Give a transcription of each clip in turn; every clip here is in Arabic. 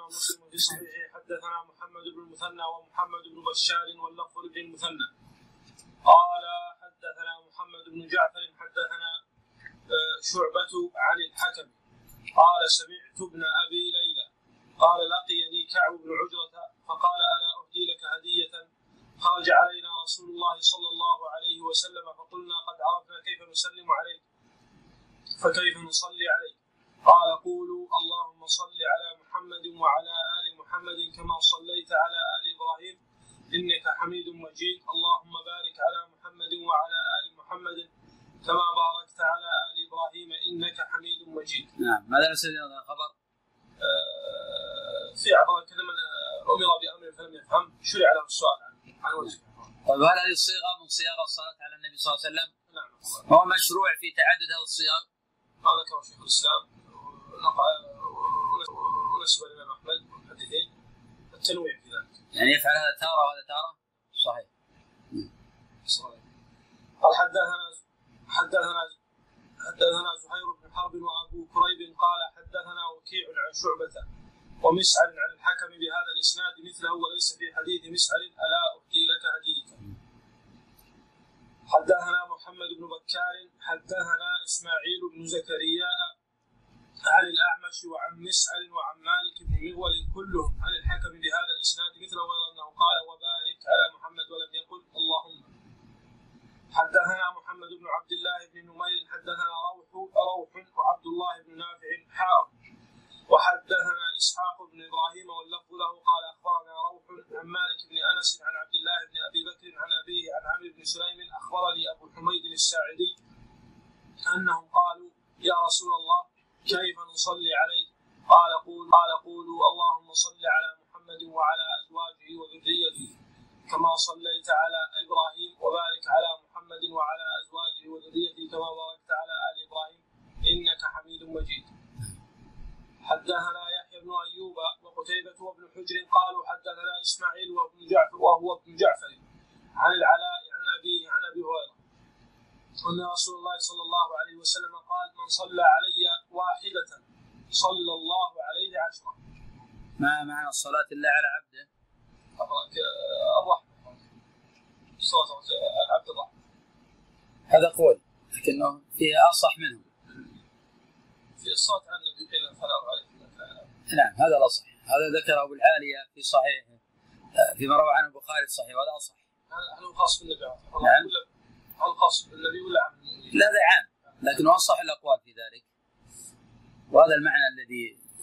الإمام مسلم في صحيحه حدثنا محمد بن المثنى ومحمد بن بشار واللفظ بن المثنى قال حدثنا محمد بن جعفر حدثنا شعبة عن الحكم قال سمعت ابن أبي ليلى قال لقيني كعب بن عجرة فقال ألا أهدي لك هدية خرج علينا رسول الله صلى الله عليه وسلم فقلنا قد عرفنا كيف نسلم عليك فكيف نصلي عليك قال قولوا اللهم صل على محمد وعلى آل محمد كما صليت على آل إبراهيم إنك حميد مجيد اللهم بارك على محمد وعلى آل محمد كما باركت على آل إبراهيم إنك حميد مجيد. نعم. ماذا نسأل هذا الخبر؟ في عبارة كلمة أمر بأمر فلم يفهم شرع له السؤال عن وجهه. طيب هل هذه الصيغة من صيغ الصلاة على النبي صلى الله عليه وسلم؟ نعم. هو مشروع في تعدد هذه الصيغ؟ ما ذكر شيخ الإسلام ونسب الإمام أحمد والمحدثين التنويع في ذلك. يعني يفعل هذا تارة وهذا تارة؟ صحيح. قال حدثنا زهير بن حرب وأبو كريب قال حدثنا وكيع عن شعبة ومسعر عن الحكم بهذا الإسناد مثله وليس في حديث مسعر ألا أهدي لك هديك. حدثنا محمد بن بكار حدثنا إسماعيل بن زكريا عن الأعمش وعن مسعر وعن مالك بن مغول كلهم عن الحكم بهذا الإسناد مثله غير أنه قال وبارك على محمد ولم يقل اللهم. حدثنا محمد بن عبد الله بن نمير حدثنا روح وعبد الله بن نافع حاء وحدثنا إسحاق بن إبراهيم واللفظ له قال أخبرنا روح عن مالك بن أنس عن عبد الله بن أبي بكر عن أبيه عن عمرو بن سليم أخبرني أبو حميد الساعدي أنهم قالوا يا رسول الله كيف نصلي عليك قال قولوا اللهم صل على محمد وعلى أزواجه وذريته كما صليت على إبراهيم وبارك على محمد وعلى أزواجه وذريته كما باركت على آل إبراهيم إنك حميد مجيد. حدثنا يحيى بن أيوب وقتيبة وابن حجر قالوا حدثنا إسماعيل وهو ابن جعفر عن العلاء عن أبيه عن أبي هريرة أن رسول الله صلى الله عليه وسلم قال من صلى علي واحدة صلى الله عليه 10. ما معنى الصلاة إلا على عبده؟ الرحمة صلاة عبد الله. هذا قول لكنه فيه أصح منه. في الصلاة على النبي قيل فلا عليه. نعم هذا الأصح. هذا ذكره أبو العالية في صحيحه فيما روى عنه البخاري الصحيح وهذا أصح. هل خاص بالنبي؟ نعم. هل خاص بالنبي ولا عام المؤمنين؟ لا ذا عام لكن أصح الأقوال في ذلك. وهذا المعنى الذي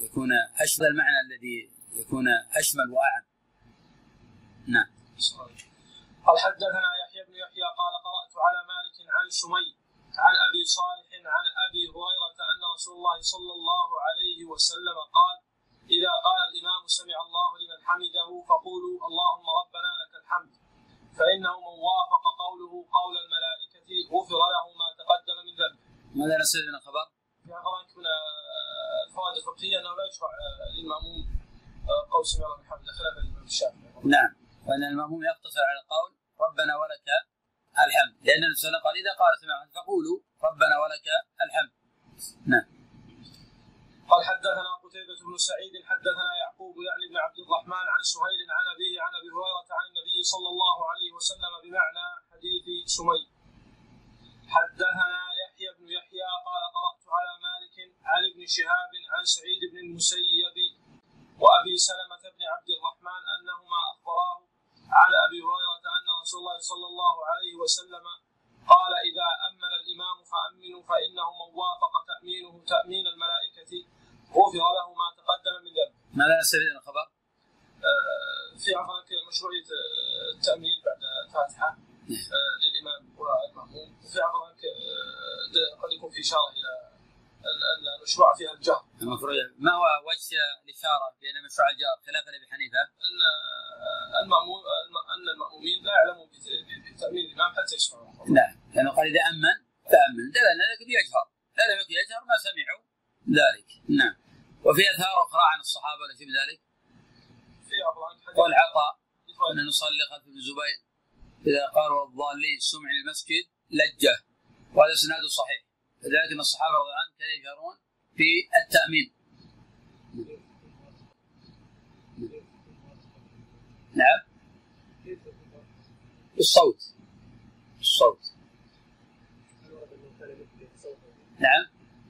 يكون أشمل وأعم. نعم. قال حدثنا يحيى بن يحيى قال قرأت على مالك عن سمي عن أبي صالح عن أبي هريرة أن رسول الله صلى الله عليه وسلم قال إذا قال الإمام سمع الله لمن حمده فقولوا اللهم ربنا لك الحمد فإنه من وافق قوله قول الملائكة غفر له ما تقدم من ذنبه. ماذا نستفيد من الخبر؟ في خبرك من الفوائد الفقهية أنه لا يشرع للمأموم قول سمع الله لمن حمده خلاف الإمام الشافعي. نعم فإن المأموم يقتصر على قول ربنا ولك الحمد لأن النبي صلى الله عليه وسلم قال إذا قال سمع فقولوا ربنا ولك الحمد. نعم. قال حدثنا قتيبة بن سعيد حدثنا يعقوب يعني بن عبد الرحمن عن سهيل عن أبيه عن أبي هريرة عن النبي صلى الله عليه وسلم بمعنى حديث سمي. حدثنا يحيى بن يحيى قال قرأت على مالك عن ابن شهاب عن سعيد بن المسيب وأبي سلمة بن عبد الرحمن أنهما أخبراه على أبي هريرة أن رسول الله صلى الله عليه وسلم قال إذا أمن الإمام فأمنوا فإنه من وافق تأمينه تأمين الملائكة غفر له ما تقدم من ذنبه. ماذا نستفيد من الخبر؟ في عفوا مشروعية التأمين بعد الفاتحة للإمام والمأموم. في عفوا قد يكون في إشارة إلى المشروع فيها الجهر. ما هو وجه الإشارة بأن مشروع الجهر خلاف أبي حنيفة؟ أن المأمومين لا يعلمون بتأمين الإمام حتى يسمعوا. نعم لأنه قال إذا أمن فأمن دلنا لكن يجهر لا لم يكن يجهر ما سمعوا ذلك. نعم. وفي أثار أخرى عن الصحابة ولا شيء من ذلك؟ والعطاء أن نصلي خلف ابن الزبير إذا قالوا الضالين سمع للمسجد لجه وهذا سناد صحيح. لذلك الصحابة رضي الله عنهم كانوا يجهرون في التأمين. نعم الصوت نعم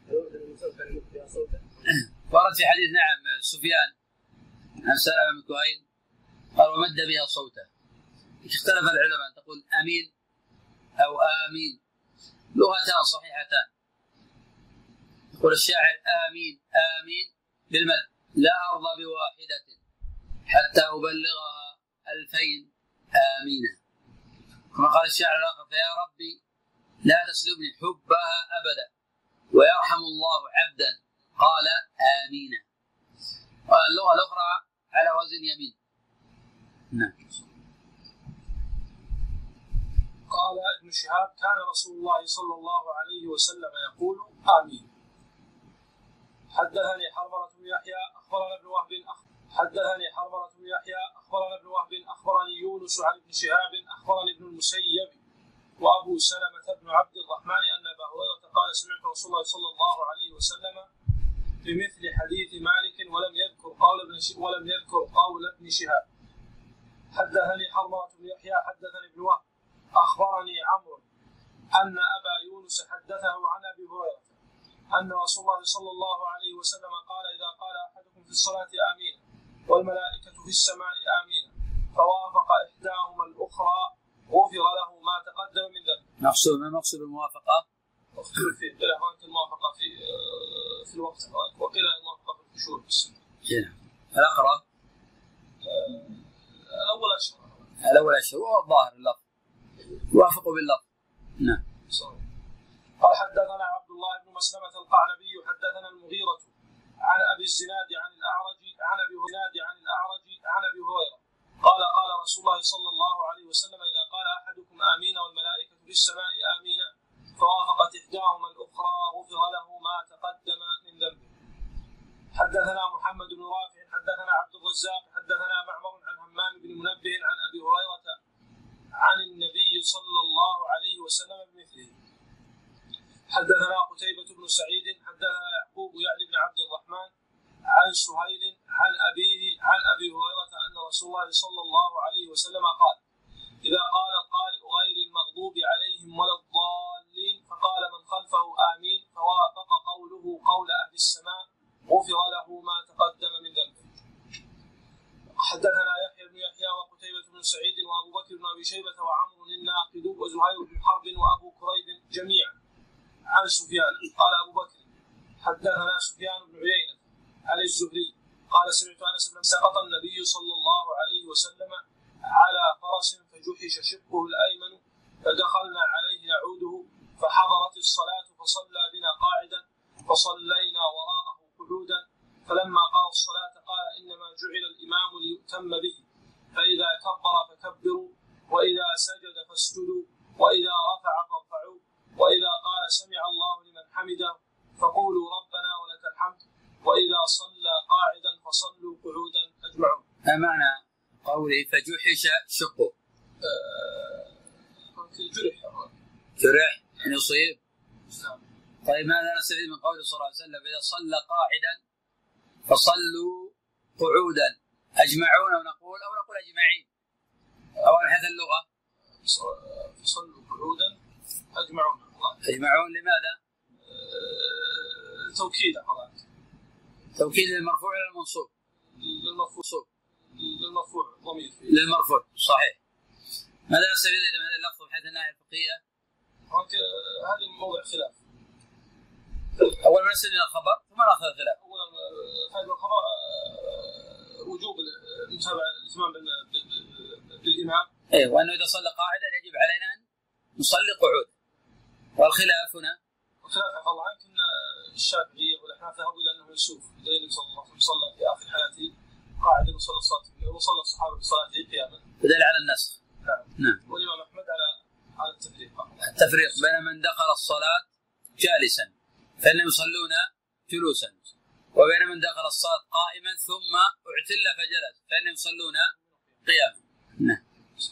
ورد في حديث نعم سفيان عن سلمة بن كهيل قال ومد بها صوته. اختلف العلماء تقول أمين أو آمين، لغتان صحيحتان. يقول الشاعر آمين آمين بالمد لا أرضى بواحدة حتى أبلغها 2000 آمينة، كما قال الشاعر الآخر فيا ربي لا تسلبني حبها أبدا ويرحم الله عبدا قال آمين. واللغة الأخرى على وزن يمين. نعم. قال ابن شهاب كان رسول الله صلى الله عليه وسلم يقول آمين. حدثني حرملة بن يحيى أخبرنا ابن وهب أخبرني يونس عن ابن شهاب أخبرني ابن المسيب وأبو سلمة بن عبد الرحمن أن أبا هريرة قال سمعت رسول الله صلى الله عليه وسلم بمثل حديث مالك ولم يذكر قول ابن شهاب. حدثني حرملة بن يحيى حدثني ابن وهب أخبرني عمرو أن أبا يونس حدثه عن أبي هريرة أن رسول الله صلى الله عليه وسلم قال إذا قال أحدكم في الصلاة آمين والملائكة في السماء آمين فوافق إحداهما الأخرى غفر له ما تقدم من ذنبه. مقصود الموافقة اختلف فيه، قيل هناك الموافقة في الوقت وقيل الموافقة في الشهور بس. الأقرب الأول أشهر وهو الظاهر اللفظ يوافق باللفظ. نعم. قال حدثنا عبد الله بن مسلمة القعنبي حدثنا المغيرة عن أبي الزناد عن الأعرج عن أبي هريرة قال قال رسول الله صلى الله عليه وسلم إذا قال أحدكم آمين والملائكة في السماء آمين فوافقت إحداهما الأخرى غفر له ما تقدم من ذنبه. حدثنا محمد بن رافع حدثنا عبد الرزاق حدثنا معمر عن همام بن منبه عن أبي هريرة عن النبي صلى الله عليه وسلم بمثله. حدثنا قتيبة بن سعيد حدثنا يعقوب يعني بن عبد الرحمن عن سهيل عن أبيه عن أبي هريرة أن رسول الله صلى الله عليه وسلم قال إذا قال القارئ غير المغضوب عليهم ولا الضالين فقال من خلفه آمين فوافق قوله قول أهل السماء غفر له ما تقدم من ذنبه. حدثنا يحيى بن يحيى وقتيبة بن سعيد وأبو بكر بن أبي شيبة وعمرو الناقد وزهير بن حرب وأبو كريب جميعا عن سفيان قال أبو بكر حدثنا سفيان بن عيينة عن الزهري قال سمعت أنس بن سقط النبي صلى الله عليه وسلم على فرس فجحش شقه الأيمن فدخلنا عليه نعوده فحضرت الصلاة فصلى بنا قاعدا فصلينا وراءه قعودا فلما قضى الصلاة قال إنما جعل الإمام ليؤتم به فإذا كبر فكبروا وإذا سجد فاسجدوا وإذا رفع فارفعوا وإذا قال سمع الله لمن حمده فقولوا ربنا ولك الحمد وإذا صلى قاعدا فصلوا قعودا أجمعون. ما معنى قوله فجحش شقه؟ جرح يعني يصيب. طيب ماذا نستفيد من قوله صلى الله عليه وسلم إذا صلى قاعدا فصلوا قعودا أجمعون أو نقول أجمعين أو الحث اللغة فصلوا قعودا أجمعون لماذا؟ توكيد للمرفوع ولا المنصوب؟ للمرفوع ضمير للمرفوع صحيح. ماذا نستفيد إذا من هذا اللفظ من حيث الناحية الفقهية؟ هذا موضع خلاف. أول ما نستفيد من الخبر ثم نأخذ الخلاف. أولا هذا الخبر وجوب المتابعة الإتمام بالإمام. وأنه إذا صلى قاعدا يجب علينا أن نصلي قعود. والخلاف هنا خلاف الله عنك أن الشافعية والأحناف ذهبوا إلى أنه يسوف لأن صلى الله عليه وسلم صلى في آخر حياته قاعدا وصلى الصحابة بصلاته قياما. بدل على النسخ. نعم. والإمام أحمد على التفريق بين من دخل الصلاة جالسا فإنهم يصلون جلوسا وبين من دخل الصلاة قائما ثم اعتل فجلس فإنهم يصلون قياما. نعم.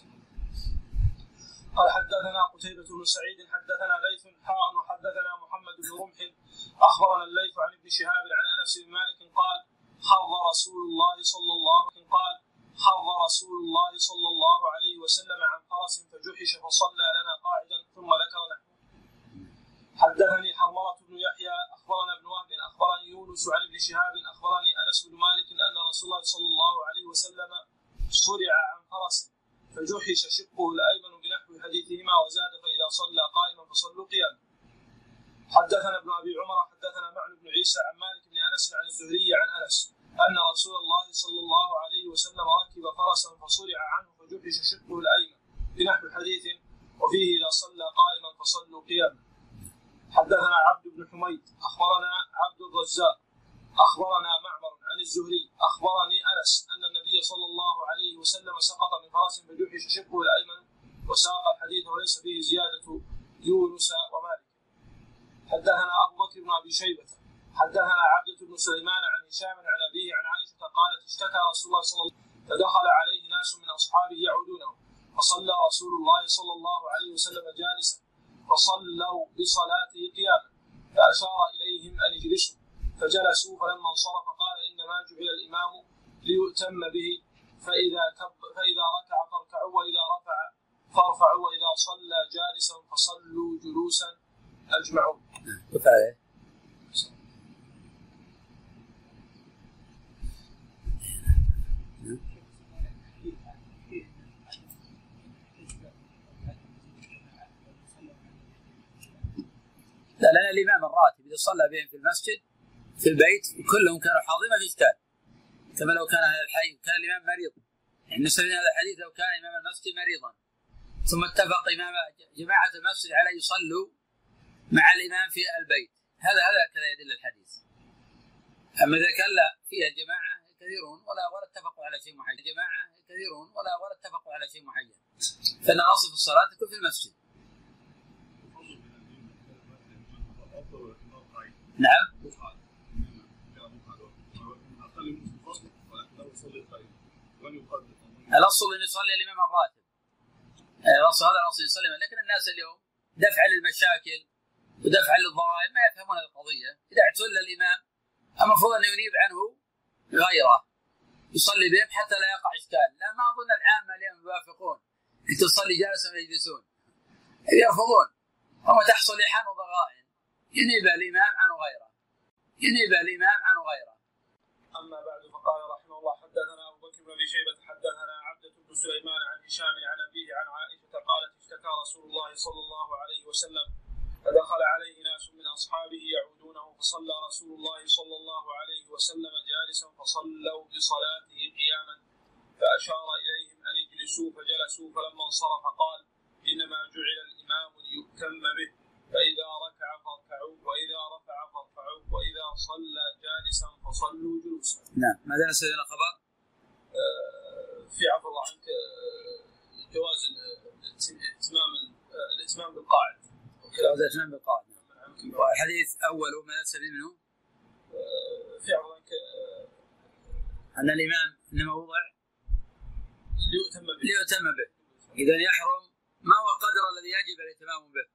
قال حدثنا قتيبة بن سعيد حدثنا ليث وحدثنا محمد بن رمح أخبرنا الليث عن ابن شهاب عن أنس بن مالك قال حض رسول الله صلى الله عليه وسلم رسول الله صلى الله عليه وسلم عن فرس فجحش فصلى لنا قاعدا ثم ذكر نحوه. حدثني حرملة بن يحيى أخبرنا ابن وهب أخبرني يونس عن ابن شهاب أخبرني أنس بن مالك أن رسول الله صلى الله عليه وسلم صرع عن فرس فجحش شقه الأيمن بنحو حديثهما وزاد فإذا صلى قائما فصلوا قياما. حدثنا ابن أبي عمر حدثنا معن بن عيسى عن مالك بن أنس عن الزهري عن أنس أن رسول الله صلى الله عليه وسلم ركب فرسا فصرع عنه فجحش شقه الأيمن بنحو حديث وفيه إذا صلى قائما فصلوا قياما. حدثنا عبد بن حميد أخبرنا عبد الرزاق أخبرنا معمر عن الزهري أخبرني أنس أن النبي صلى الله عليه وسلم سقط من فرس فجحش شقه الأيمن وساق الحديث وليس فيه زيادة يونس ومالك. حدثنا أبو بكر بن أبي شيبة حدثنا عبدة بن سليمان عن هشام عن أبيه عن عائشة قالت اشتكى رسول الله صلى الله عليه وسلم فدخل عليه ناس من أصحابه يعودونه فصلى رسول الله صلى الله عليه وسلم جالسا فصلوا بصلاته قياما فأشار إليهم أن يجلسوا فجلسوا فلما انصرف قال إنما جعل الإمام ليؤتم به فإذا ركع فاركعوا وإذا رفع فارفعوا وإذا صلى جالسا فصلوا جلوسا أجمعون. لا لأن الإمام الراتب إذا صلى بهم في المسجد في البيت كلهم كانوا حاضرين في إشكال كما لو كان هذا الحي كان الإمام مريض يعني نستفيد هذا الحديث لو كان إمام المسجد مريضا ثم اتفق إمام جماعة المسجد على يصلوا مع الإمام في البيت هذا كذا يدل الحديث. أما إذا كان لا فيها الجماعة كثيرون ولا اتفقوا على شيء معين جماعة كثيرون ولا اتفقوا على شيء معين فإن الأصل في الصلاة تكون في المسجد. نعم الأصل أن يصلي الإمام الراتب الأصل هذا الأصل يصلي لكن الناس اليوم دفع للمشاكل ودفع للضرائب ما يفهمون هذه القضية. إذا اعتل الإمام المفروض أن ينيب عنه غيره يصلي بهم حتى لا يقع إشكال. لا ما أظن العامة اليوم يوافقون أن تصلي جالسا ويجلسون يرفضون وما تحصل لحان وضغائن ينيب الإمام عنه غيره أما بعد فقال رحمه الله حدثنا أبو بكر بن أبي شيبة حدثنا عبدة بن سليمان عن هشام عن أبيه عن عائشة قالت اشتكى رسول الله صلى الله عليه وسلم فدخل عليه ناس من أصحابه يعودونه فصلى رسول الله صلى الله عليه وسلم جالسا فصلوا بصلاته قياما فأشار إليهم أن يجلسوا فجلسوا فلما انصرف قال إنما جعل الإمام ليؤتم به فإذا ركع فاركعوا وإذا رفع فارفعوا وإذا صلى جالسا فصلوا جلوسا. نعم ماذا نسأل الخبر؟ في عفو الله عنك جواز الاتمام بالقاعد. جواز الاتمام بالقاعد. والحديث أول ما نستفيد منه في عفو عنك أن الإمام إنما وضع ليؤتم به إذا يحرم ما هو القدر الذي يجب الاتمام به.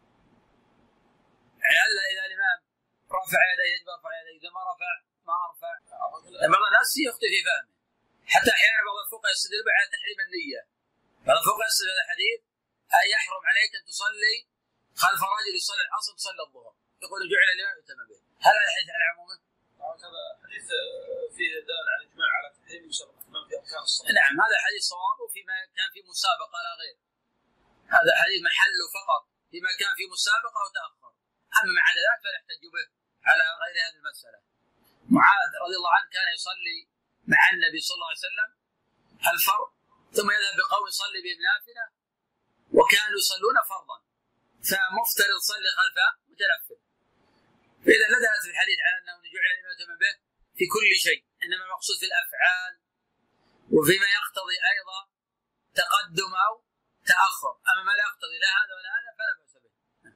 يعني إذا الإمام رفع يديه يجب أرفع يديه إذا ما رفع ما أرفع. بعض الناس يخطئ في فهمه حتى أحيانا بعض الفقهاء يستدل على تحريم النية. بعض الفقهاء يستدل على الحديث أن يحرم عليك أن تصلي خلف رجل يصلي العصر تصلي الظهر يقول جعل الإمام يؤتم به. هل هذا الحديث على عمومه؟ هذا حديث فيه دلالة على الإجماع على تحريم مسابقة الإمام في أركان الصلاة. نعم هذا حديث صواب وفيما كان في مسابقة لا غير. هذا حديث محله فقط فيما كان في مسابقة وتأخر. أما مع ذلك فلا يحتج به على غير هذه المسألة. معاذ رضي الله عنه كان يصلي مع النبي صلى الله عليه وسلم الفرض ثم يذهب بقوم يصلي بهم نافلة وكانوا يصلون فرضا فمفترض يصلي خلف متنفل. فإذا لا دلالة في الحديث على أنه جعل الإمام يؤتم به في كل شيء إنما المقصود في الأفعال وفيما يقتضي أيضا تقدم أو تأخر. أما ما لا يقتضي لا هذا ولا هذا فلا بأس به.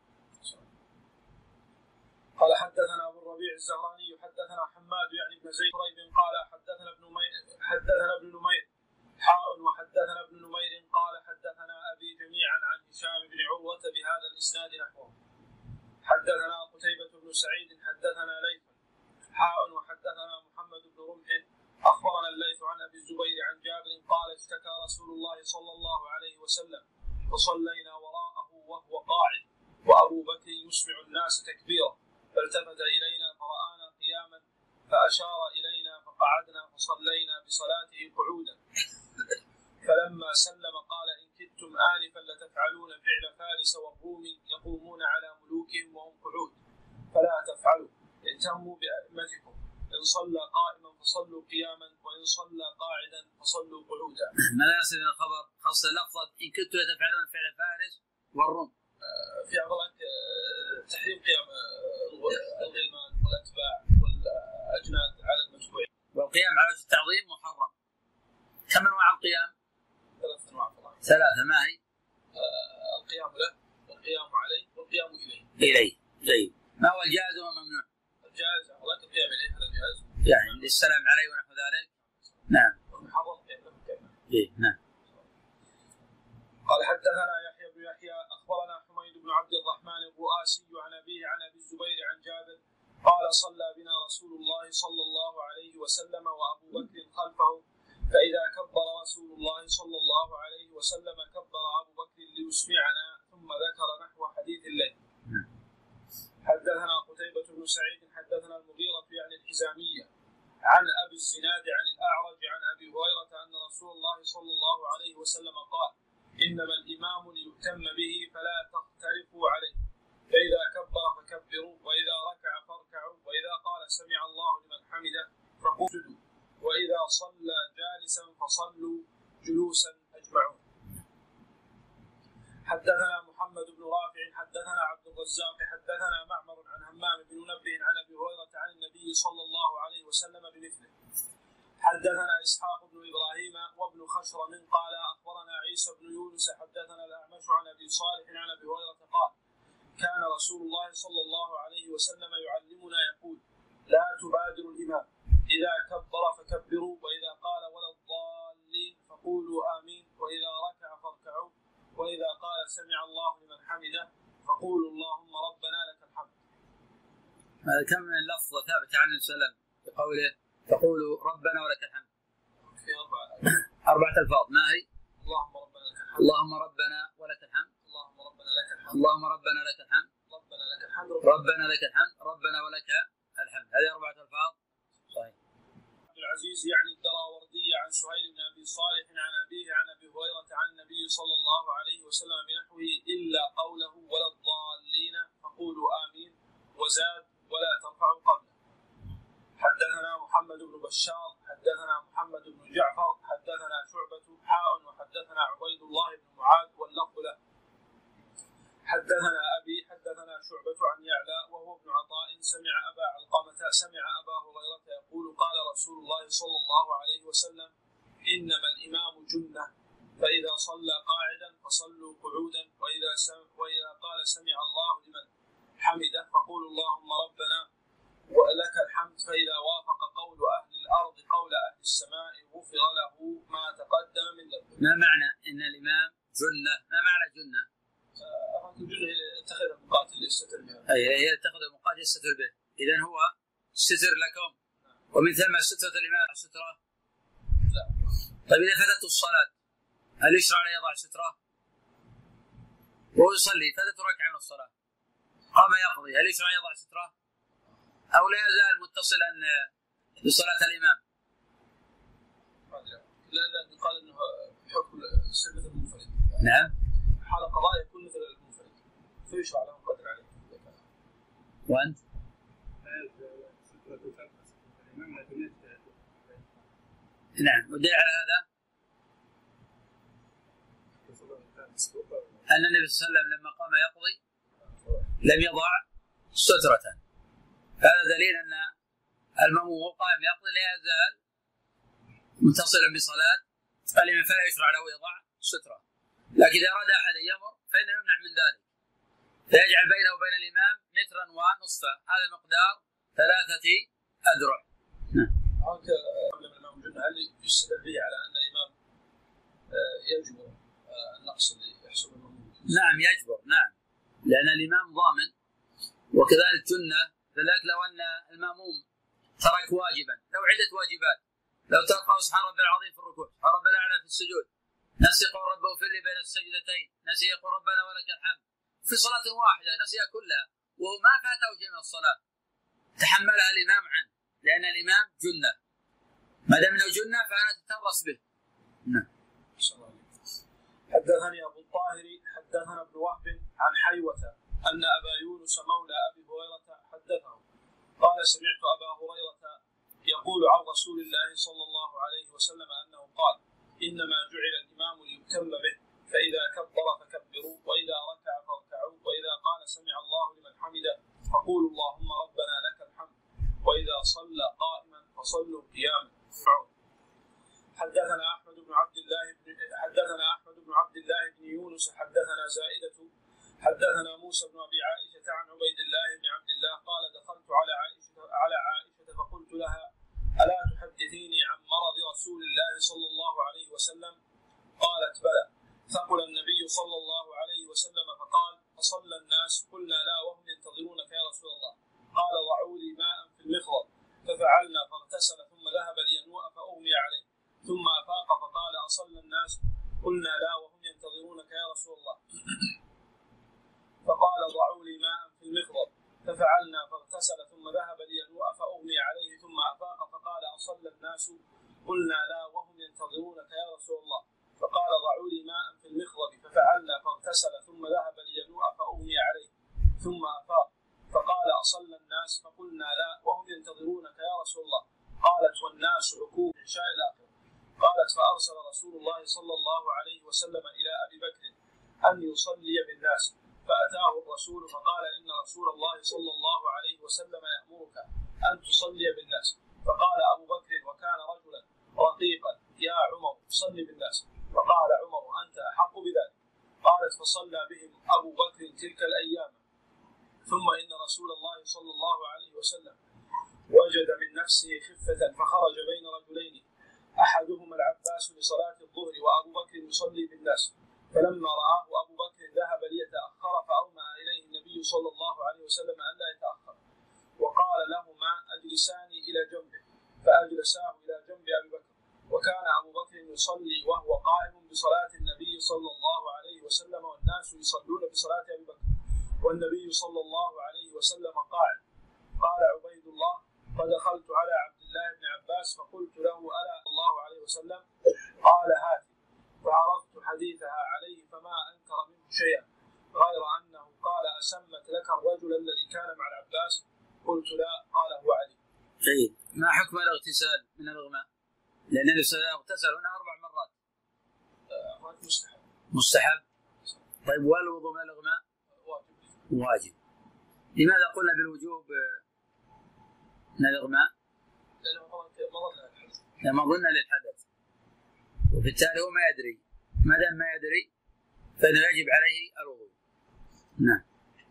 قال حدثنا أبو الربيع الزهراني حدثنا حماد يعني بن زيد قال حدثنا ابن نمير وحدثنا ابن نمير قال حدثنا أبي جميعا عن هشام بن عروة بهذا الإسناد نحوه. حدثنا قتيبة بن سعيد حدثنا ليث وحدثنا محمد بن رمح أخبرنا الليث عن أبي الزبير عن جابر قال اشتكى رسول الله صلى الله عليه وسلم فصلينا وراءه وهو قاعد وأبو بكر يسمع الناس تكبيرا فالتفت إلينا فرآنا قياما فأشار إلينا فقعدنا فصلينا بصلاته قعودا فلما سلم قال إن كدتم آنفا لتفعلون فعل فارس والروم يقومون على ملوكهم وهم قعود فلا تفعلوا ائتموا بأئمتكم إن صلى قائما فصلوا قياما وإن صلى قاعدا فصلوا قعودا. ماذا يصير من الخبر خاصة لفظة إن كنتم لتفعلون فعل فارس والروم في عضلات تحريم قيام الغلمان والأتباع والأجناد على المتبوعين والقيام على التعظيم محرم. كم أنواع القيام؟ 3 أنواع طبعا. 3 ما هي؟ القيام له والقيام عليه والقيام إليه. جيد. ما هو الجائز وما ممنوع؟ الجائز عضلات القيام إليه هذا الجائز يعني للسلام عليه ونحو ذلك. نعم. والمحرم قيام له كلمة. نعم. قال حدثنا يحيى بن يحيى أخبرنا حميد بن عبد الرحمن الرؤاسي عن أبيه عن أبي الزبير عن جابر قال صلى بنا رسول الله صلى الله عليه وسلم وأبو بكر خلفه فإذا كبر رسول الله صلى الله عليه وسلم كبر أبو بكر ليسمعنا ثم ذكر نحو حديث الليل. حدثنا قتيبة بن سعيد حدثنا المغيرة يعني الحزامية عن أبي الزناد عن الأعرج عن أبي هريرة أن رسول الله صلى الله عليه وسلم قال إنما الإمام ليؤتم به فلا تختلفوا عليه فإذا كبر فكبروا وإذا ركع فاركعوا وإذا قال سمع الله لمن حمده فقولوا وإذا صلى جالسا فصلوا جلوسا أجمعون. حدثنا محمد بن رافع حدثنا عبد الرزاق حدثنا معمر عن همام بن منبه عن أبي هريرة عن النبي صلى الله عليه وسلم بمثله. حدثنا إسحاق بن إبراهيم وابن خشرم قال أخبرنا عيسى بن يونس حدثنا الأعمش عن أبي صالح عن أبي هريرة قال كان رسول الله صلى الله عليه وسلم يعلمنا يقول لا تبادروا الإمام إذا كبر فكبروا وإذا قال ولا الضالين فقولوا آمين وإذا ركع فاركعوا وإذا قال سمع الله لمن حمده فقولوا اللهم ربنا لك الحمد. كم من لفظة ثابتة عن السلام بقوله تقولوا ربنا ولك الحمد؟ في 4 ألفاظ ما هي؟ اللهم ربنا لك الحمد اللهم ربنا ولك الحمد اللهم ربنا لك الحمد اللهم ربنا لك الحمد ربنا لك الحمد ربنا لك الحمد ربنا ولك الحمد. هذه 4 ألفاظ صحيح. عبد العزيز يعني الدراوردي عن سهيل بن أبي صالح عن أبيه عن أبي هريرة عن النبي صلى الله عليه وسلم بنحوه إلا قوله ولا الضالين فقولوا آمين وزاد ولا ترفعوا قبله. حدثنا محمد بن بشار حدثنا محمد بن جعفر حدثنا شعبة وحدثنا عبيد الله بن معاذ واللفظ له. حدثنا أبي حدثنا شعبة عن يعلى وهو ابن عطاء سمع أبا علقمة سمع أبا هريرة يقول قال رسول الله صلى الله عليه وسلم إنما الإمام جنة فإذا صلى قاعدا فصلوا قعودا وإذا قال سمع الله لمن حمده فقولوا اللهم ربنا ولك الحمد فإذا وافق قول أهل الأرض قول أهل السماء غفر له ما تقدم من ذنبه. ما معنى إن الإمام جنة؟ ما معنى جنة؟ الجنة يتخذ المقاتل يستتر به. هي يتخذ المقاتل يستتر به. إذن هو ستر لكم ومن ثم سترة الإمام سترة؟ لا. طيب إذا فاتته الصلاة هل يشرع عليه يضع سترة؟ وهو يصلي فاتته ركعة من الصلاة قام يقضي هل يشرع يضع سترة؟ أو لا يزال متصلا بصلاة الإمام؟ لا يقال أنه حكم مثل المنفرد. نعم. حال قضاء يكون مثل المنفرد فيشرع له قدر عليه. وأنت؟ نعم. والدليل على هذا أن النبي صلى الله عليه وسلم لما قام يقضي لم يضع سترة. هذا دليل أن المأموم قائم يقضي لا يزال متصلا بصلاة الإمام فلا يشرع له يضع سترة. لكن إذا أراد أحد يمر فإنه يمنع من ذلك فيجعل بينه وبين الإمام مترا ونصفا هذا مقدار 3 أذرع. هل يستدل به على أن الإمام يجبر النقص اللي يحصل المأموم؟ نعم يجبر نعم لأن الإمام ضامن وكذلك جنة. فذلك لو أن المأموم ترك واجبا لو عدة واجبات لو تلقوا سبحان ربي العظيم في الركوع، سبحان ربي الأعلى في السجود، نسي يقول رب اغفر لي بين السجدتين، نسي يقول ربنا ولك الحمد في صلاة واحدة، نسيها كلها وهو ما فاته شيء من الصلاة، تحملها الإمام عنه، لأن الإمام جنة، ما دام انه جنة فأنا تترس به. نعم. حدثني أبو الطاهر حدثنا ابن وهب عن حيوة أن أبا يونس مولى أبي هريرة حدثه قال سمعت أبا هريرة يقول عن رسول الله صلى الله عليه وسلم أنه قال إنما جعل الإمام ليتم به، فإذا كبر فكبروا، وإذا ركع فاركعوا، وإذا قال سمع الله لمن حمده فقولوا اللهم ربنا لك الحمد، وإذا صلى قائما فصلوا قياما. حدثنا أحمد بن عبد الله بن يونس حدثنا زائدة حدثنا موسى بن أبي عائشة عن عبيد الله بن عبد الله قال دخلت على عائشة فقلت لها ألا تحدثيني عن مرض رسول الله صلى الله عليه وسلم؟ قالت بلى. ثقل النبي صلى الله عليه وسلم فقال أصلى الناس؟ قلنا لا وهم ينتظرونك يا رسول الله. قال ضعوا لي ماء في المخرط ففعلنا، فاغتسل ثم ذهب لينوء فأغمي عليه، ثم أفاق فقال أصلى الناس؟ قلنا لا وهم ينتظرونك يا رسول الله. فقال ضعوا لي ماء في المخرط ففعلنا، فاغتسل ثم ذهب لينوء فأغمي عليه، ثم أفاق فقال أصلى الناس؟ قلنا لا وهم ينتظرونك يا رسول الله. فقال ضعوا لي ماء في المخرط ففعلنا، فاغتسل ثم ذهب لينوء فأغمي عليه، ثم أفاق فقال أصلى الناس؟ فقلنا لا وهم ينتظرونك يا رسول الله. قالت والناس ركوب عشاء الآخر. قالت فأرسل رسول الله صلى الله عليه وسلم إلى أبي بكر أن يصلي بالناس، فأتاه الرسول فقال إن رسول الله صلى الله عليه وسلم يأمرك أن تصلي بالناس. فقال أبو بكر وكان رجلا رقيقا يا عمر صل بالناس. فقال عمر أنت أحق بذلك. قالت فصلى بهم أبو بكر تلك الأيام. ثم إن رسول الله صلى الله عليه وسلم وجد من نفسه خفة فخرج بين رجلين، أحدهما العباس لصلاة الظهر وأبو بكر يصلي بالناس، فلما رآه أبو بكر ذهب ليتأخر، فأومأ إليه النبي صلى الله عليه وسلم ألا يتأخر، وقال لهما أجلساني إلى جنبه، فأجلساه إلى جنب أبي بكر. وكان أبو بكر يصلي وهو قائم بصلاة النبي صلى الله عليه وسلم، والناس يصلون بصلاة أبي بكر، والنبي صلى الله عليه وسلم قاعد. قال عبيد الله فدخلت على عبد الله بن عباس فقلت له ألا الله عليه وسلم؟ قال هات، فعرضت حديثها عليه فما أنكر منه شيئا، غير أنه قال أسمت لك الرجل الذي كان مع العباس؟ قلت لا. قال هو علي. جيد. ما حكم الاغتسال من الإغماء؟ لأن النبي صلى الله عليه وسلم اغتسل هنا 4 مرات. مستحب. طيب والوضوء من الإغماء؟ واجب. لماذا قلنا بالوجوب من الإغماء؟ لما ظن للحدث، وبالتالي هو ما يدري، ما دام ما يدري فإنه يجب عليه الوضوء. نعم.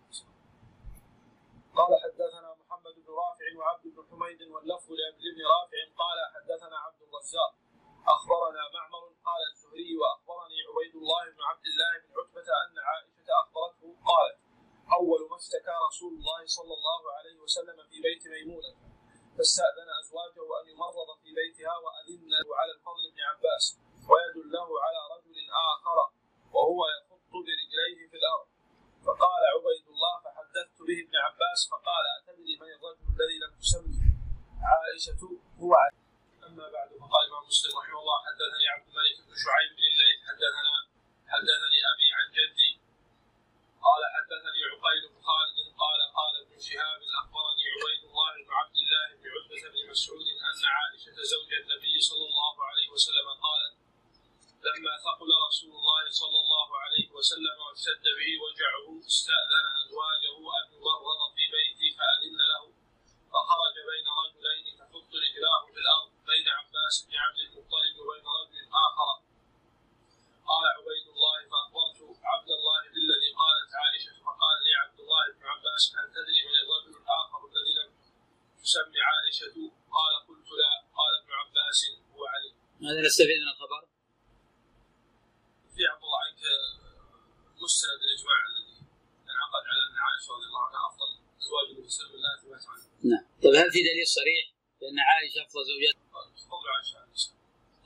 قال حدثنا محمد بن رافع وعبد بن حميد واللفظ لابن رافع قال حدثنا عبد الرزاق أخبرنا معمر قال الزهري وأخبرني عبيد الله بن عبد الله بن عتبة أن عائشة أخبرته قالت أول ما اشتكى رسول الله صلى الله عليه وسلم في بيت ميمونة، فاستأذن أزواجه أن يمرض في بيتها، وأذن له على الفضل بن عباس ويدله على رجل آخر وهو يخط برجليه في الأرض. فقال عبيد الله فحدثت به ابن عباس فقال أتدري من الرجل الذي لم تسمي عائشة هو علي. أما بعد، فقال الإمام مسلم رحمه الله حدثني عبد الملك بن شعيب بن الليث حدثني أبي عن جدي قال حدثني عقيل بن خالد قال ابن شهاب أخبرني عبيد الله بن عبد الله بن عتبة بن مسعود أن عائشة زوج النبي صلى الله عليه وسلم قالت لما ثقل رسول الله صلى الله عليه وسلم واشتد به وجعه استأذن أزواجه أن يمرض في بيتي فأذن له، فخرج بين رجلين تحط رجلاه في الأرض بين عباس بن عبد المطلب وبين رجل آخر. قال عبيد الله فأخبرت عبد الله بالذي قالت عائشة، فقال لي عبد الله بن عباس هل تدري من الرجل الآخر الذي لم تسمي عائشة؟ قال قلت لا. قال ابن عباس هو علي. ماذا نستفيد من الخبر؟ في عبد الله عنك مستند الإجماع الذي انعقد على أن عائشة رضي الله عنها أفضل أزواج النبي صلى الله عليه وسلم. نعم. طيب هل في دليل صريح بأن عائشة أفضل زوجات؟ فضل عائشة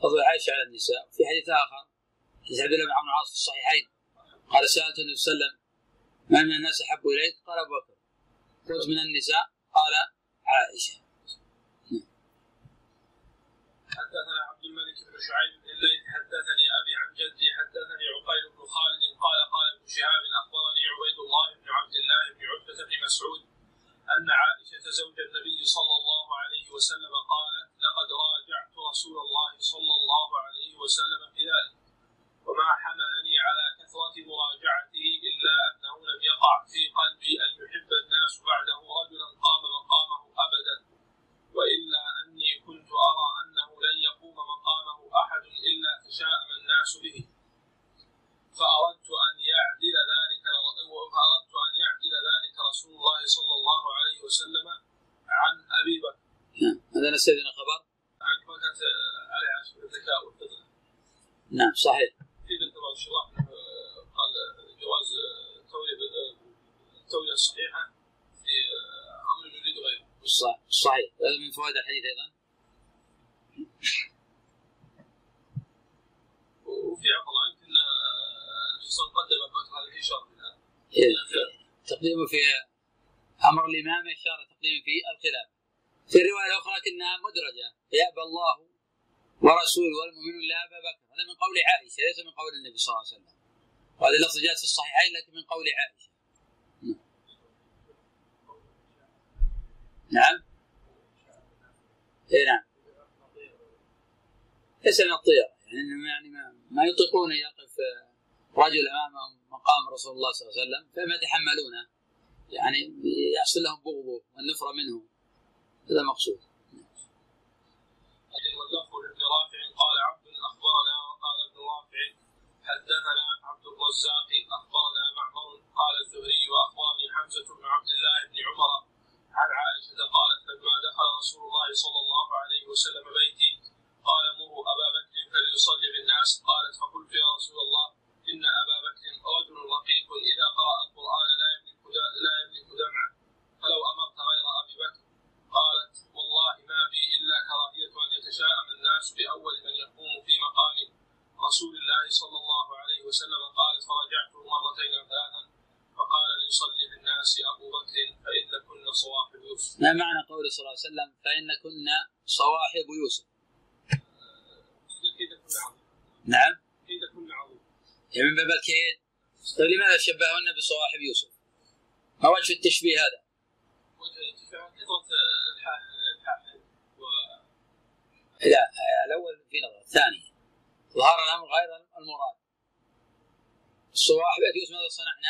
فضل عائشة على النساء. في حديث آخر حديث عبد الله بن عمرو العاص في الصحيحين قال سألت النبي صلى الله عليه وسلم من الناس أحب إليك؟ قال أبو بكر. قلت من النساء؟ قال عائشة. حدثنا عبد الملك بن شعيب بن الليث حدثني أبي عن جدي حدثني عقيل بن خالد قال قال ابن شهاب أخبرني عبيد الله بن عبد الله بن عتبة بن مسعود أن عائشة زوج النبي صلى الله عليه وسلم قالت لقد راجعت رسول الله صلى الله عليه وسلم في ذلك وما حملني على كثرة مراجعته إلا أنه لم يقع في قلبي أن يحب الناس بعده رجلا قام مقامه أبدا وإلا أني كنت أرى أنه لن يقوم مقامه أحد إلا تشاءم الناس به فأردت أن يعدل ذلك رسول الله صلى الله عليه وسلم عن أبي بكر. هذا نسينا خبر عن بكر عليه عشر الذكاء والفضل. نعم صحيح. في ذكر الشراح قال جواز التولية الصحيحة في أمر يريد غيره. صحيح. هذا من فوائد الحديث أيضا. وفي عقل عنك أن الحصان قدم بكر هذا في شرط منها. تقديمه في أمر الإمام إشارة تقديمه في الخلاف. في الرواية الأخرى لكنها مدرجة يأبى الله ورسوله والمؤمنون إلا أبا بكر. هذا من قول عائشة ليس من قول النبي صلى الله عليه وسلم. وهذه اللفظة جاءت في الصحيحين لكن من قول عائشة. نعم. نعم. ليس من الطيرة يعني ما يطيقون يقف رجل أمامهم مقام رسول الله صلى الله عليه وسلم فما يتحملونه يعني يحصل لهم بغضه والنفرة منه. هذا مقصود. واللفظ لابن رافع قال عبد أخبرنا وقال ابن رافع حدثنا عبد الرزاق أخبرنا معمر قال الزهري وأخبرني حمزة بن عبد الله بن عمر عن عائشة قالت لما دخل رسول الله صلى الله عليه وسلم بيتي قال مروا أبا بكر فليصلي بالناس قالت فقلت يا رسول الله إن أبا بكر رجل رقيق إذا قرأ القرآن لا يملك دمعه فلو أمرت غير أبي بكر قالت والله ما بي إلا كراهية أن يتشاءم الناس بأول من يقوم في مقام رسول الله صلى الله عليه وسلم قالت فرجعته مرتين وثلاثا فقال ليصلي بالناس أبو بكر فإن كن صواحب يوسف. ما معنى قوله صلى الله عليه وسلم فإن كن صواحب يوسف؟ نعم. كيد كن عظيم. يعني من باب الكيد. طيب لماذا شبههن بصواحب يوسف؟ ما وجه التشبيه هذا؟ وجه التشبيه كثرة الحاحل لا الأول في نظر الثاني ظهر الأمر غير المراد. الصواحب يوسف ماذا صنعنا؟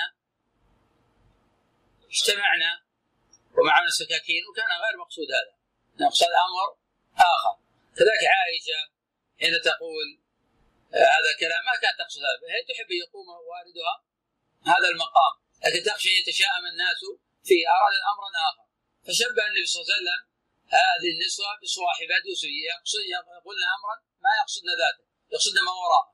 اجتمعنا ومعنا السكاكين وكان غير مقصود هذا نقصد أمر آخر. كذلك عائشة حين تقول هذا الكلام ما كانت تقصد هذا هي تحب يقوم واردها هذا المقام لكن تخشى يتشاءم الناس فيه أراد أمرا آخر فشبه النبي صلى الله عليه وسلم هذه النسوة بصواحبات يوسف يقولن أمرا ما يقصدن ذاته يقصدن ما وراءه.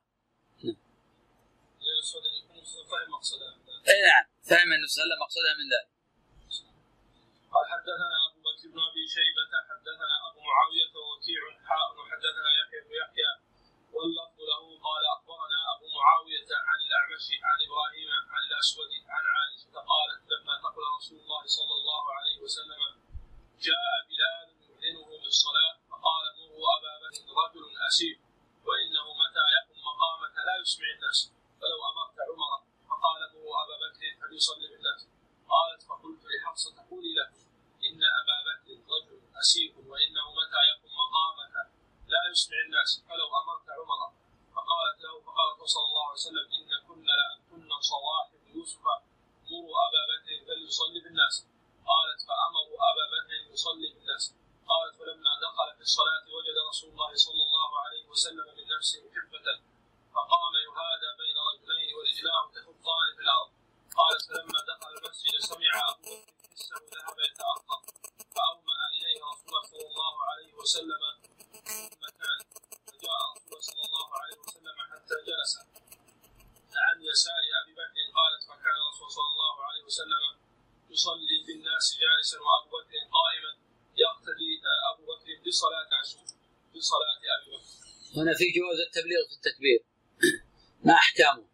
نعم فهم النبي صلى الله عليه وسلم مقصدها من ذلك. قال حدثنا أبو بكر بن أبي شيبة حدثنا أبو معاوية ووكيع وحدثنا يحيى بن يحيى واللفظ له قال أخبرنا أبو معاوية عن الأعمش عن إبراهيم عن الأسود عن عائشة قالت لما دخل رسول الله صلى الله عليه وسلم جاء بلال يؤذنه بالصلاة فقال مروا أبا بكر رجل أسير وإنه متى يقم مقامك لا يسمع الناس فلو أمرت عمر فقال مروا أبا بكر فليصلي بالناس قالت فقلت لحفصة قولي له إن أبا بكر رجل أسير وإنه متى يقم مقامك لا يسمع الناس فلو أمرت عمر فقالت له فقال صلى الله عليه وسلم إن كن صواحب يوسف مروا أبا بكر فليصلي بالناس قالت فأمروا أبا بكر يصلي بالناس قالت فلما دخل في الصلاة وجد رسول الله صلى الله عليه وسلم من نفسه محبة فقام يهادى بين رجلين ورجلاه تخطان في الأرض قالت فلما دخل المسجد سمع أبو بكر حسه ذهب يتأخر فأومأ إليه رسول الله صلى الله عليه وسلم مكان فجاء رسول الله صلى الله عليه وسلم حتى جلس عن يسار أبي بكر قالت فكان رسول صلى الله عليه وسلم يصلي بالناس جالسا وأبو بكر قائما يقتدي أبو بكر بصلاة أبي بكر. هنا في جواز التبليغ في التكبير، ما أحكامه؟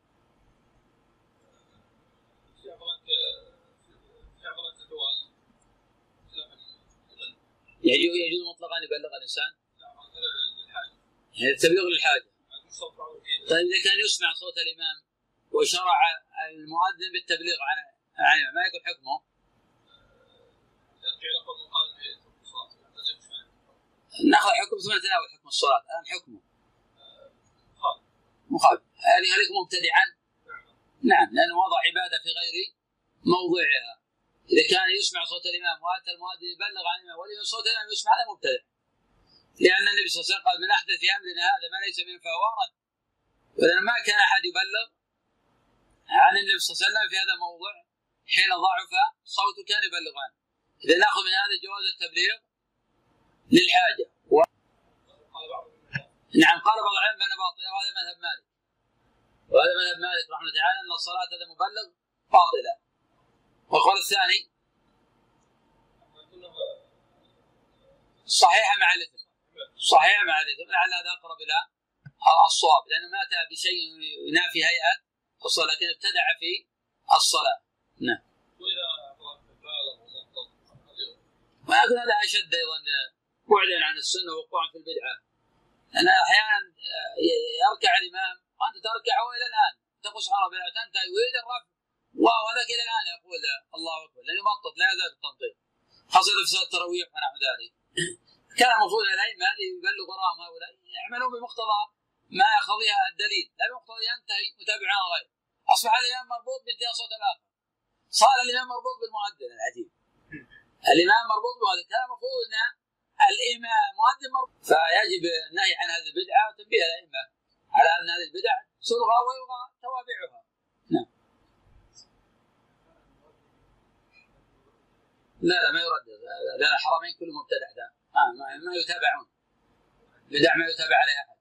يجوز مطلقا أن يبلغ الإنسان؟ التبليغ للحاجة. طيب إذا كان يسمع صوت الإمام وشرع المؤذن بالتبليغ عنه ما يكون حكمه؟ نأخذ حكم ثم نتناول حكم الصلاة. الآن حكمه مخالف، يعني هل يكون مبتدعا؟ نعم، لأنه وضع عبادة في غير موضعها. إذا كان يسمع صوت الإمام وأتى المؤذن يبلغ عن الإمام ولم صوت الإمام يسمع هذا مبتدع، لأن النبي صلى الله عليه وسلم قال من أحدث في أمرنا هذا ما ليس منه فهو رد. ولأن ما كان أحد يبلغ عن النبي صلى الله عليه وسلم في هذا الموضوع حين ضعف صوته كان يبلغ عنه. إذا نأخذ من هذا جواز التبليغ للحاجة. نعم، قال بعض العلماء أنه باطل، وهذا مذهب مالك، وهذا مذهب مالك رحمه الله تعالى أن الصلاة هذا مبلغ باطلة. والقول الثاني صحيحة مع الإثم، صحيحة مع الإثم، لعل هذا أقرب إلى الصواب، لأنه ما أتى بشيء ينافي هيئة الصلاة لكن ابتدع في الصلاة. نعم، ويكون هذا أشد أيضا بعدا عن السنة ووقوعا في البدعة. أنا أحيانا يركع الإمام وأنت تركع إلى الآن تقول سبحان ربي الأعلى تنتهي ويريد الرفع وذاك إلى الآن يقول الله أكبر، لأنه يمطط لا يزال بالتنطيط، خاصة في صلاة التراويح ونحو ذلك. كان المفروض الأئمة هذه يبلغ وراهم هؤلاء يعملون بمقتضى ما يقتضيها الدليل، لا بمقتضى ينتهي متابعون غير. أصبح الإمام مربوط بانتهاء صوت الآخر، صار الإمام مربوط بالمؤذن. العجيب، الإمام مربوط بالمؤذن، كان المفروض أن الإمام مؤذن مربوط. فيجب النهي عن هذه البدعة وتنبيه الأئمة على أن هذه البدع سلغى ويلغى توابعها. نعم. لا ما يردد، لأن الحرمين كلهم مبتدع، ما يتابعون، بدع ما يتابع عليها أحد.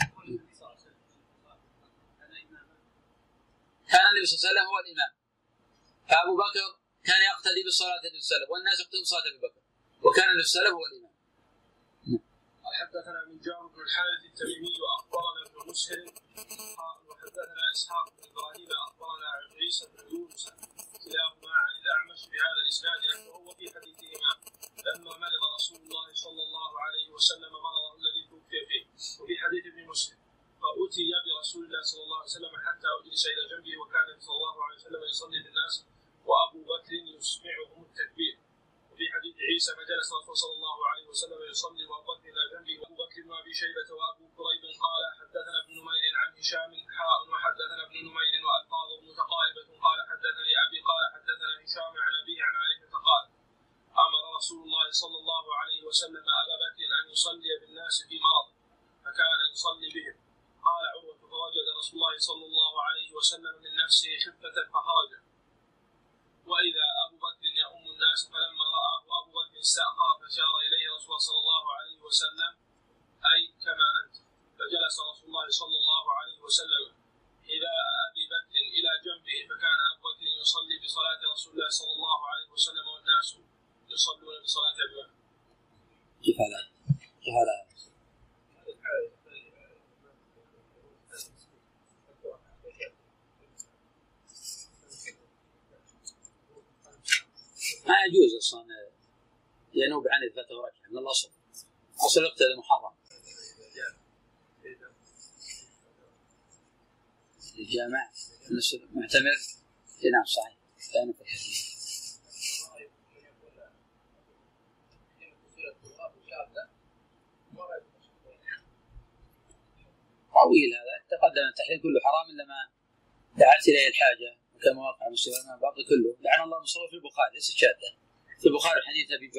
كان النبي صلى الله عليه وسلم هو الإمام، فأبو بكر كان يقتدي بالصلاة النبي صلى الله عليه وسلم والناس يقتدون بصلاة أبي بكر، وكان النبي صلى الله عليه وسلم هو الإمام. حدثنا من جابر بن الحارث التميمي وأخبرنا ابن مسهر وحدثنا إسحاق بن إبراهيم أخبرنا عيسى بن يونس كلاهما عن الأعمش بهذا الإسناد نحوه. وفي حديثهما لما مرض رسول الله صلى الله عليه وسلم مرضه الذي توفي فيه. وفي حديث ابن مسهر فأتي برسول الله صلى الله عليه وسلم حتى أجلس إلى جنبه وكان صلى الله عليه وسلم يصلي بالناس وأبو بكر يسمعهم التكبير. وفي حديث عيسى فجلس الرسول صلى الله عليه وسلم يصلي وأبو بكر إلى جنبه وأبو بكر وأبي شيبة وأبو كريب. قال حدثنا ابن نمير عن هشام وحدثنا ابن نمير وألفاظ متقاربة. قال حدثني أبي قال حدثنا هشام عن أبيه عن عائشة قال أمر رسول الله صلى الله عليه وسلم أبا بكر أن يصلي بالناس في مرض فكان يصلي بهم. قال عروة فوجد رسول الله صلى الله عليه وسلم من نفسه خفة فخرج وإذا أبو بكر يؤم الناس فلما رآه أبو بكر استأخر فشار إليه رسول الله صلى الله عليه وسلم أي كما أنت. فجلس رسول الله صلى الله عليه وسلم حذاء أبي بكر إلى جنبه فكان أبو بكر يصلي بصلاة رسول الله صلى الله عليه وسلم والناس يصلون بصلاة أبي بكر. كيف هذا؟ ما يجوز أصلا ينوب عن الفتى وركعة من الأصل، أصل اقتدى محرم. الجامع معتمر نعم صحيح كان في الحديث. طويل هذا، تقدم التحليل كله حرام إلا ما دعت إليه الحاجة كما وقع مسلم باقي كله. لعن الله المصور في البخاري ليس شاذا، في البخاري حديث أبي